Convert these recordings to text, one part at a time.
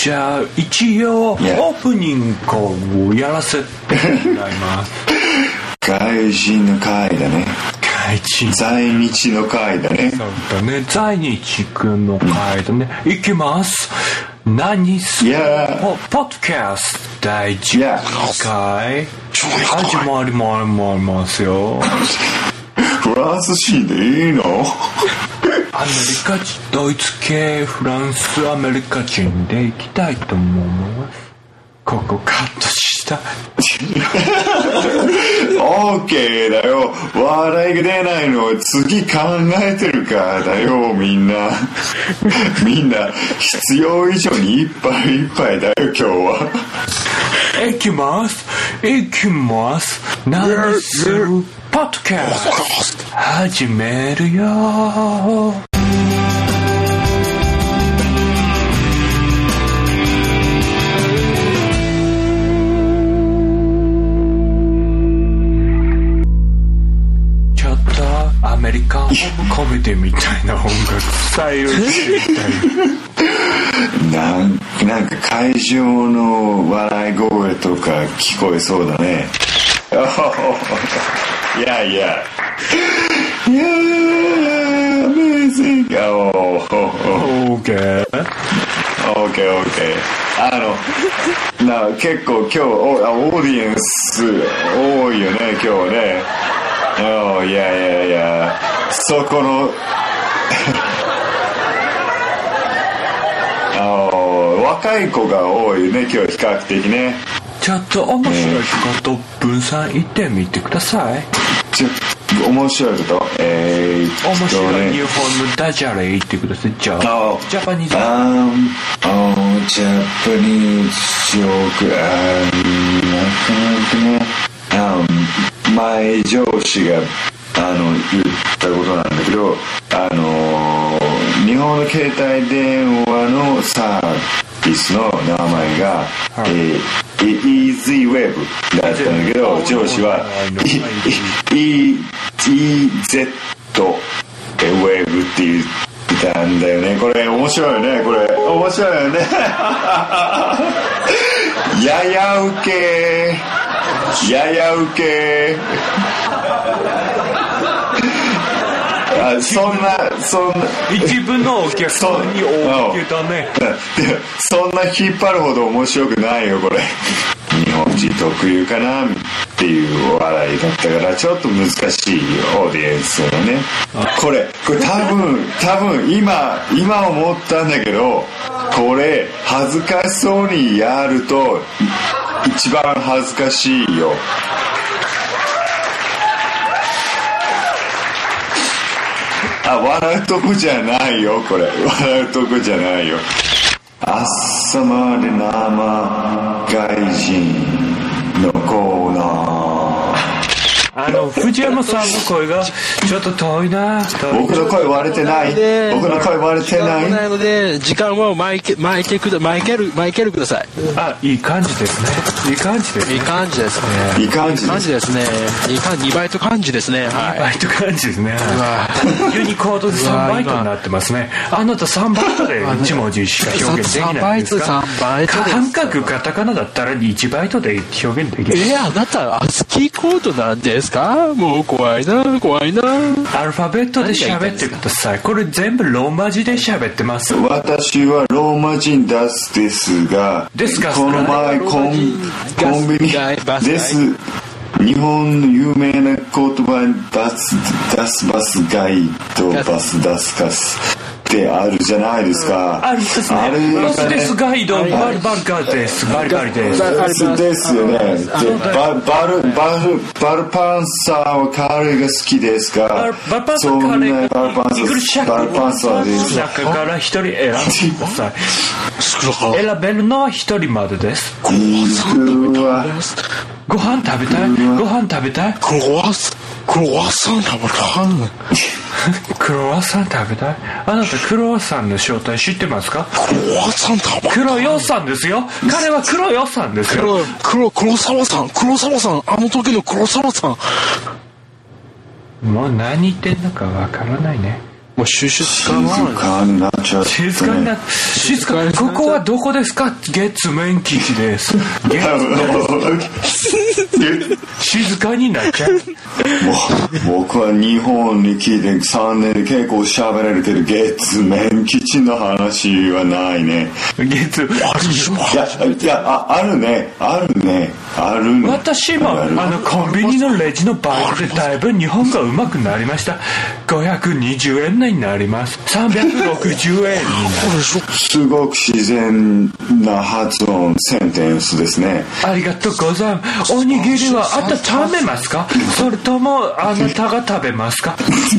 じゃあ一応オープニングをやらせてもらいます。 外人の会だね。在日の会だね。 そうだね。在日くんの会だね。いきます。何するポッドキャスト第10回始まりますよ。 フランス人でいいの？ アメリカ人、ドイツ系フランスアメリカ人でいきたいと思います。ここカットしたオーケーだよ。笑いが出ないの次考えてるからだよ。みんな必要以上にいっぱいだよ今日は。 いきます何するポッドキャスト始めるよ。アメリカンコメディみたいな音楽スタイルなんか会場の笑い声とか聞こえそうだね。いやamazing。 OK。 結構今日オーディエンス多いよね今日はね。いやそこの若い子が多いね今日比較的ね。 ちょっと面白いこと分散言ってみてください。 面白いこと、 面白い日本のダジャレ言ってください。じゃあジャパニーズジャパニーズジョーク前上司が言ったことなんだけど、日本の携帯電話のサービスの名前が、EasyWeb だったんだけど、上司は EZWeb って言ったんだよね。これ面白いよね。ややウケそんな一部のお客さんに大受けだね。 そんな引っ張るほど面白くないよこれ。日本人特有かなっていうお笑いだったからちょっと難しいオーディエンスだね。これ多分今思ったんだけど、これ恥ずかしそうにやると一番恥ずかしいよ。笑うとこじゃないよこれ。笑うとこじゃないよ。朝まで生外人のコーナー。 藤山さんの声がちょっと遠いな。 僕の声割れてない。僕の声割れてない。 ないので時間をマイケルください。いい感じですね。いい感じですね。 2倍と感じですね。 2倍と感じですね。ユニコードで3バイトになってますね。あなた3バイトで1文字しか表現できないんですか？半角カタカナだったら1バイトで表現できる。 あなたアスキーコードなんですか？もう怖いな。アルファベットで喋ってください。これ全部ローマ字で喋ってます。 私はローマ人ですがこの前コンビニです日本の有名な言葉バスガイとバスダスカスってあるじゃないですか。 ありますね。バスデスガイドバリバリですですよね。バルパンサーはカレーが好きですが、 バルパンサーカレーバルパンサーです中から一人選んでください。選べるのは一人までです。ご飯食べたいクロワッサン食べたいクロワッサン食べたい。あなたクロワッサンの正体知ってますか？ クロワッサン食べたい。 黒予算ですよ。彼は黒予算ですよ。 黒沢さんあの時の黒沢さん。 もう何言ってんのかわからないね。 もう収集つかない。 静かになっちゃって、ね、 静かにここはどこですか？月面基地です。静かになっちゃう。 もう僕は日本に来て3年で結構喋れるけど月面基地の話はないね。いやあるね。私もコンビニのレジのバイトでだいぶ日本が上手くなりました。520円になります。360円になる。すごく自然な発音センテンスですね。 ありがとうございます。おにぎりは温めますか？それともあなたが食べますか？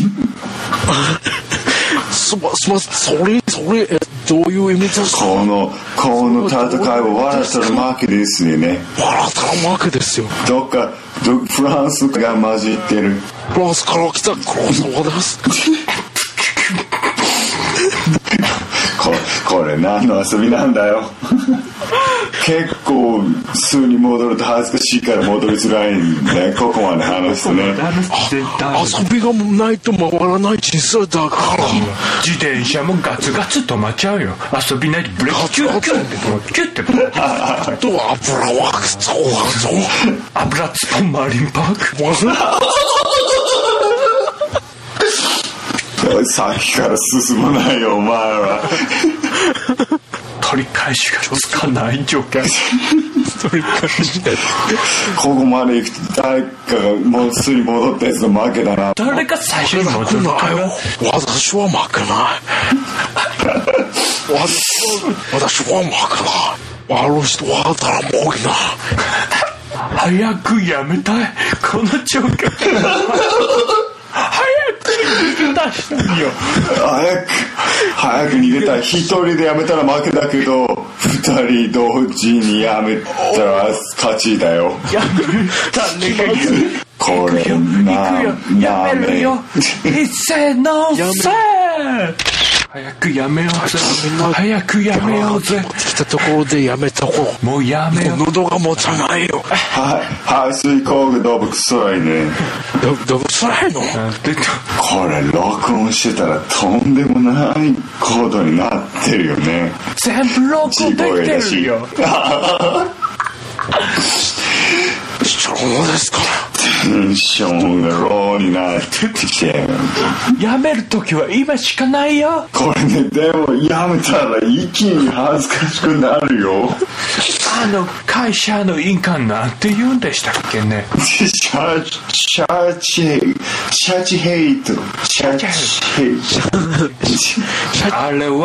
それどういう意味ですか？ この戦いは笑ったら負けですよね。 笑ったら負けですよ。 どっかフランスが混じってる。 フランスから来た黒沢です。 これ何の遊びなんだよ。結構数に戻ると恥ずかしいから戻りづらいんで、ここまで話すとね。 遊びがないと回らない人生だから。 自転車もガツガツ止まっちゃうよ。遊びないとブレーキキュッキュッってキュッてと油はそう油つぽマリンパーク。 さっきから進まないよお前は。 取り返しがつかない状況。取り返しがここまで行くと誰かがもうすぐに戻ったやつの負けだな。 誰が最初に戻るかよ。 私は負けない。私は負けない。あの人は誰も多いな。 早くやめたいこの状況。早く逃げ出したいよ。早く逃げたい。一人でやめたら負けだけど二人同時にやめたら勝ちだよ。やめたね。 これやめるよ。せーのせー。早くやめようぜ。早くやめようぜ。 来たところでやめた方。 もうやめよう。 喉が持たないよ。 排水口がどぶくさいね。 どぶくさいの？ これ録音してたらとんでもないことになってるよね。 全部録音できてるよ。 そうですか。 テンションがローになってきて。 やめるときは今しかないよ。 これね、でもやめたら一気に恥ずかしくなるよ。 会社の印鑑なんて言うんでしたっけね。 シャチヘイト。 あれは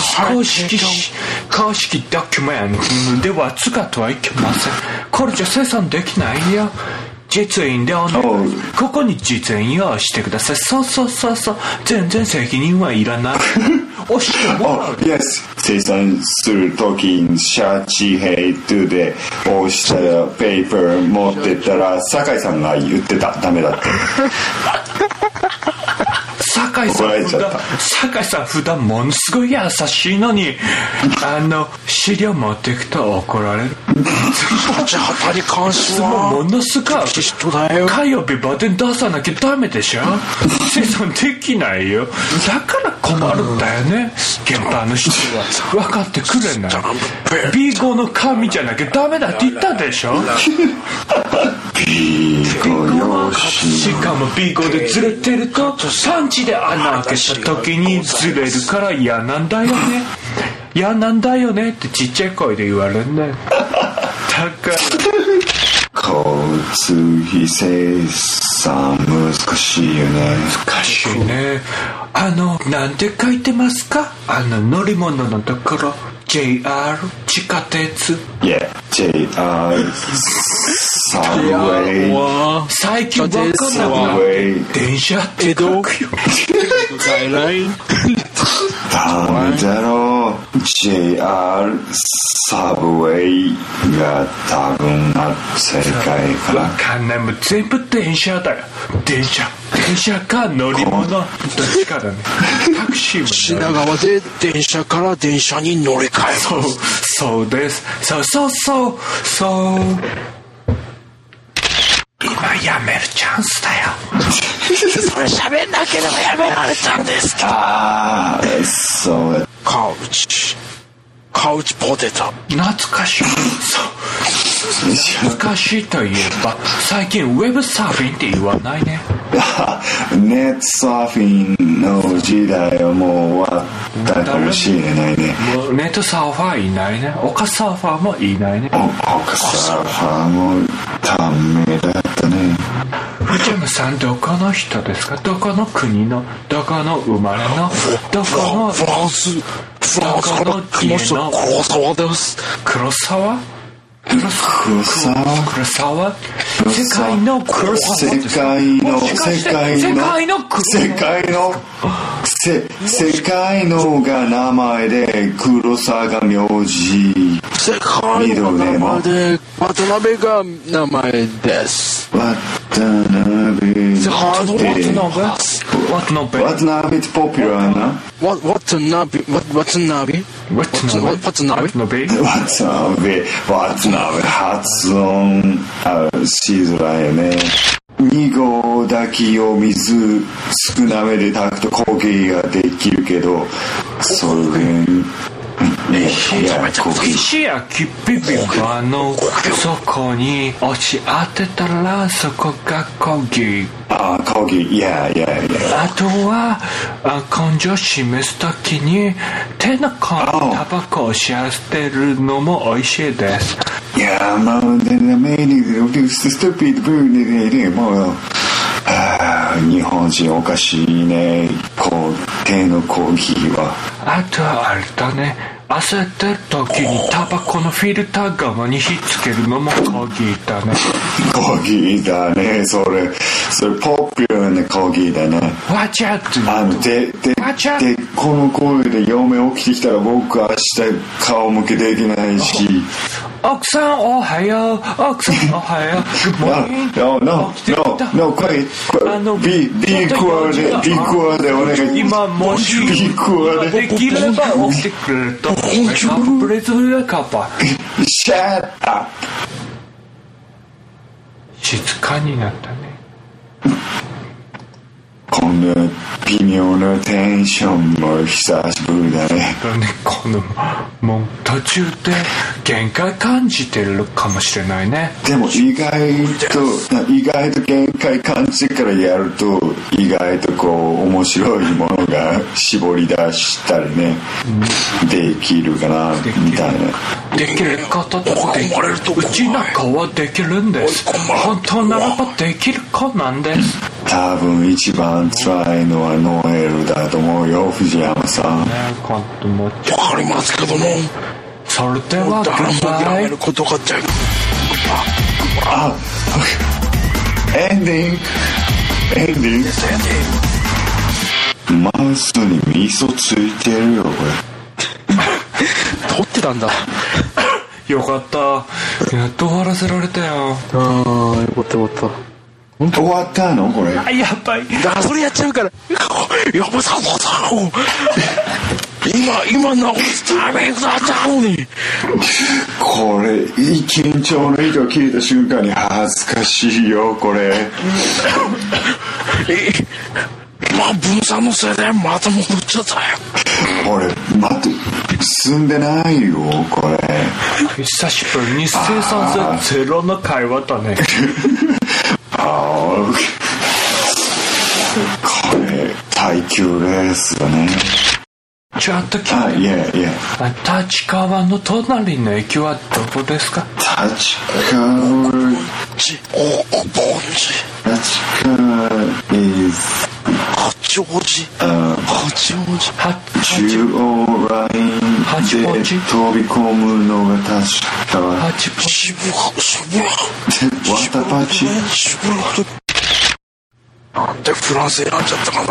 公式ドキュメントでは使ってはいけません。これじゃ生産できないよ。実印でここに実印用意してください。そう全然責任はいらない。押してもらう。 Yes。生産するときにシャチヘイトで押したらペーパー持ってったら酒井さんが言ってた。ダメだって。 酒井さん普段ものすごい優しいのに資料持っていくと怒られる。 じゃあ働き関しはものすごい火曜日まで出さなきゃダメでしょ。生産できないよ。だから困るんだよね。現場の人は分かってくれない。B5 の紙じゃなきゃダメだって言ったでしょ。 B5 用紙。 しかも B5 でずれてるとパンチで穴開けた時にずれるから嫌なんだよね。嫌なんだよねってちっちゃい声で言われるね。だから交通費精算難しいよね。 難しいね。なんて書いてますか？乗り物のところ JR 地下鉄。 いや JR サブウェイ。 最近分かんなくなって電車って書くよ。 在来ダメだろう。 JR サブウェイが多分正解かな。 分かんない。もう全部電車だよ。電車か乗り物どっちかだね。タクシーも品川で電車から電車に乗り換える。 そうです。そう今やめるチャンスだよ。 それ喋んなければやめられたんですけど。 そう。 カウチポテト。 懐かしい。懐かしいといえば最近ウェブサーフィンって言わないね。 ネットサーフィンの時代はもう終わったかもしれないね。 もうネットサーファーいないね。オカサーファーもいないね。 オカサーファーもダメだったね。 藤山さんどこの人ですか？どこの国のどこの生まれのどこのフランスから来ました黒沢です。 黒沢世界のが名前で黒沢が名字。 世界の名前で渡辺が名前です。渡辺ってポピュラーな。渡辺発音しづらいよね。2合炊きを水少なめで炊くと焦げができるけど、それ石焼きビビンバの底に落ち当てたらそこが焦げ。 焦げ。いや。 あとは根性を示すときに手の甲にタバコをしやってるのも美味しいです。 いや、もうストピッドブーでもう日本人おかしいね。こう手のコーヒーは。 あとはあれだね。焦ってる時にタバコのフィルター側にひっつけるのもコーヒーだね。 コーヒーだね。それポピュラーなコーヒーだね。 わちゃってでこの声で嫁起きてきたら僕は明日顔向けできないし。 奥さんおはよう。 No, これビークワでお願い。 今もしビークワでできれば起きてくれるとプレゼンカッパ。 Shut up。 静かになったね。 こんな微妙なテンションも久しぶりだね。 このもう途中で限界感じてるかもしれないね。 でも意外と限界感じてからやると意外とこう面白いものが絞り出したりね、できるかなみたいな。 できる方ってうちなんかはできるんです。本当ならばできる子なんです。 多分一番辛いのはノエルだと思うよ、藤山さん。 わかりますけども、 それではやめることができる。 エンディング。マウスに味噌ついてるよこれ。 撮ってたんだ。 よかった。やっと終わらせられたよ。 よかった終わったのこれ。 やばい。 それやっちゃうから。やばさ今直すタイミングだったのに。 これ緊張の糸を切れた瞬間に恥ずかしいよこれ。 分散のせいでまた戻っちゃったよ。 これ待って進んでないよこれ。 久しぶりに生産性ゼロの会話だね。 これ耐久レースだね。 ちょっと聞いて。立川の隣の駅はどこですか？ 立川 is 八王子中央ラインで飛び込むのが確か渋ワタパチ。 なんでフランス選んじゃったかな。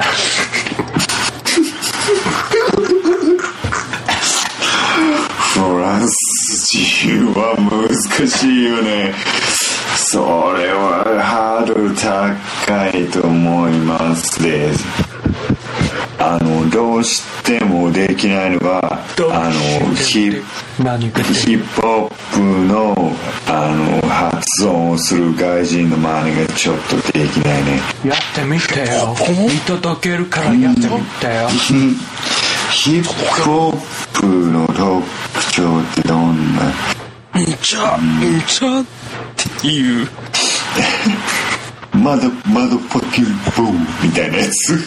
フランス人は難しいよね。それはハードル高いと思いますです。 どうしてもできないのがヒップホップの発音をする外人の真似がちょっとできないね。 やってみてよ。いただけるからやってみてよ。 ヒップホップの特徴ってどんな？ んちゃっていうマドポキンボーみたいなやつ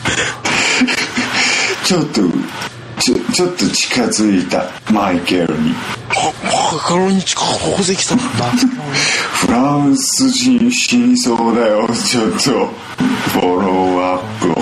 ちょっと近づいたマイケルに。 マカロニ近く宝石さんフランス人死にそうだよ。ちょっとフォローアップを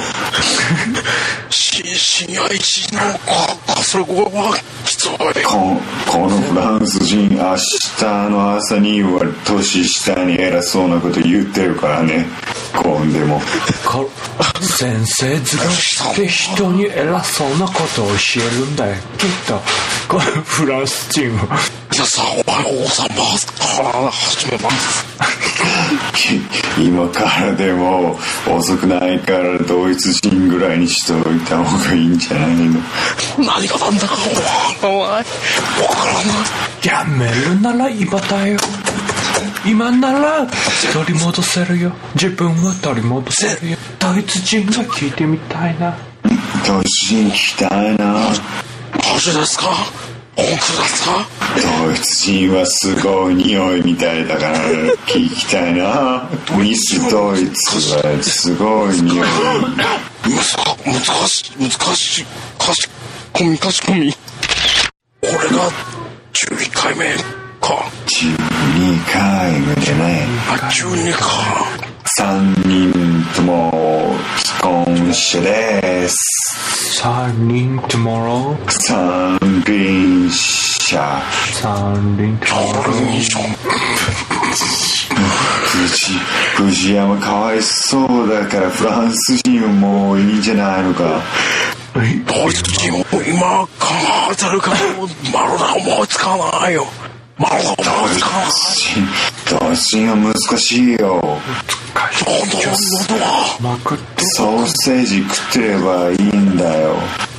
深夜1のそれはきつい。 このフランス人明日の朝には年下に偉そうなこと言ってるからね。今でも先生図がして人に偉そうなことを教えるんだよきっとこのフランス人は。 じゃあさおはようございますから始めます今からでも遅くないからドイツ人ぐらいにしといた方がいいんじゃないの？ 何がなんだかわからない。 やめるなら今だよ。今なら取り戻せるよ。自分は取り戻せるよ。ドイツ人が聞いてみたいな。 ドイツ人聞きたいな。 マジですか？本当ですか？ ドイツ人はすごい匂いみたいだから聞きたいな。ミスドイツはすごい匂い。 難しいかしこみ。これが11回目か。 12回目じゃない。 12か。 3人とも既婚者です。 3人とも三輪車。藤山かわいそうだからフランス人はもういいんじゃないのか。 ドイツ人も今考えてるからまるで思いつかないよ。ドイツ人は難しいよ。ソーセージ食ってればいいんだよ。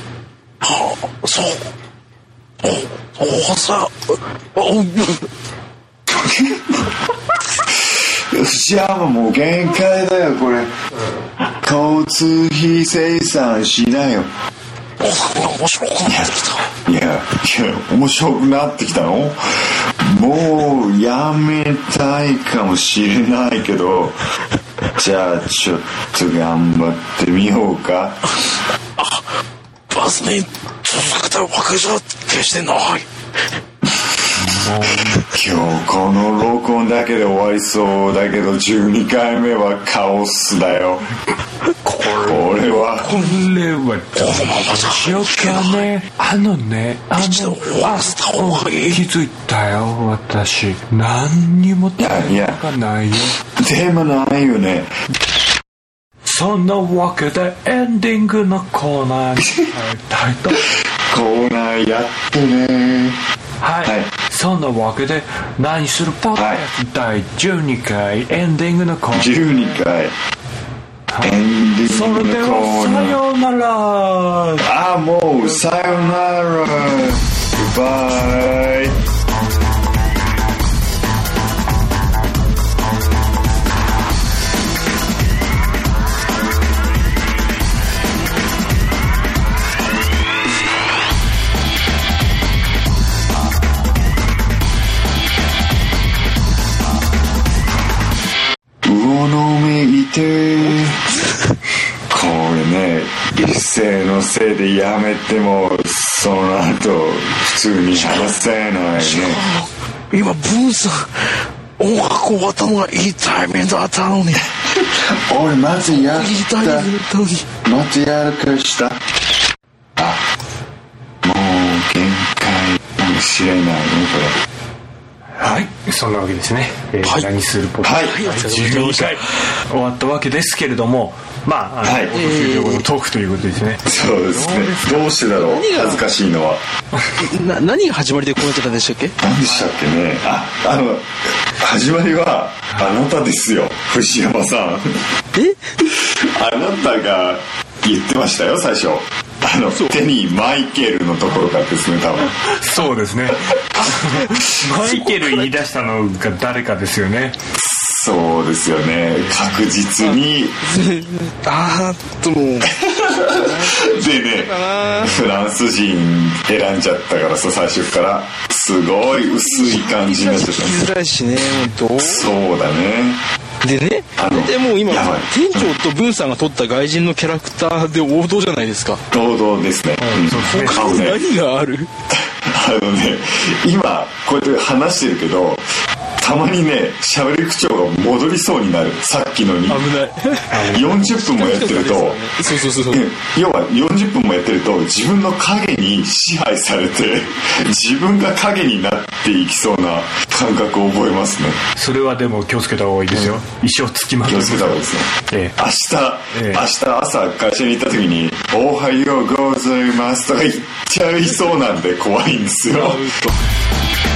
藤山もう限界だよこれ。交通費生産しなよ。 面白くなってきた。 いや面白くなってきたの？もうやめたいかもしれないけどじゃあちょっと頑張ってみようか。 バスに続けたわけじゃ決してない。 今日この録音だけで終わりそうだけど12回目はカオスだよ。これはどうしようかね。気づいたよ私。何にも手がないよ。 テーマないよね。 そんなわけでエンディングのコーナーに入りたいと。 コーナーやってね。 はい、そんなわけで何するポッドキャスト第12回エンディングのコーナー。 12回エンディングのコーナー。それではさようなら。 もうさようなら。バイ。これね一斉のせいでやめてもその後普通に話せないね。 今文さん音楽終わったのがいいタイミングだったのに俺まずやった。 いいタイミングだったのにまずやるかした。もう限界かもしれないねこれ。 はい、そんなわけですね。何するポッドキャスト12回終わったわけですけれども、終了後のトークということですね。 そうですね。どうしてだろう。恥ずかしいのは。 何が始まりでこうなってたんでしたっけ？ 何でしたっけね。始まりはあなたですよ、藤山さん。あなたが言ってましたよ最初。手にマイケルのところからですね、多分。 そうですね。マイケル言い出したのが誰かですよね。 そうですよね、確実に。 もうでね、フランス人選んじゃったからさ、最初からすごい薄い感じになっちゃった。 聞きづらいしね、本当。 そうだね。 でね、でもう今店長と文さんが撮った外人のキャラクターで王道じゃないですか。 王道ですね。 他に何がある？ 今こうやって話してるけど、たまにね喋り口調が戻りそうになる。さっきのに危ない 40分もやってるとそう要は40分もやってると自分の影に支配されて自分が影になっていきそうな感覚を覚えますね。 それはでも気をつけた方がいいですよ、一生つきまと気をつけた方がいいですね、明日朝会社に行った時に「おはようございます」とか言っちゃいそうなんで怖いんですよ。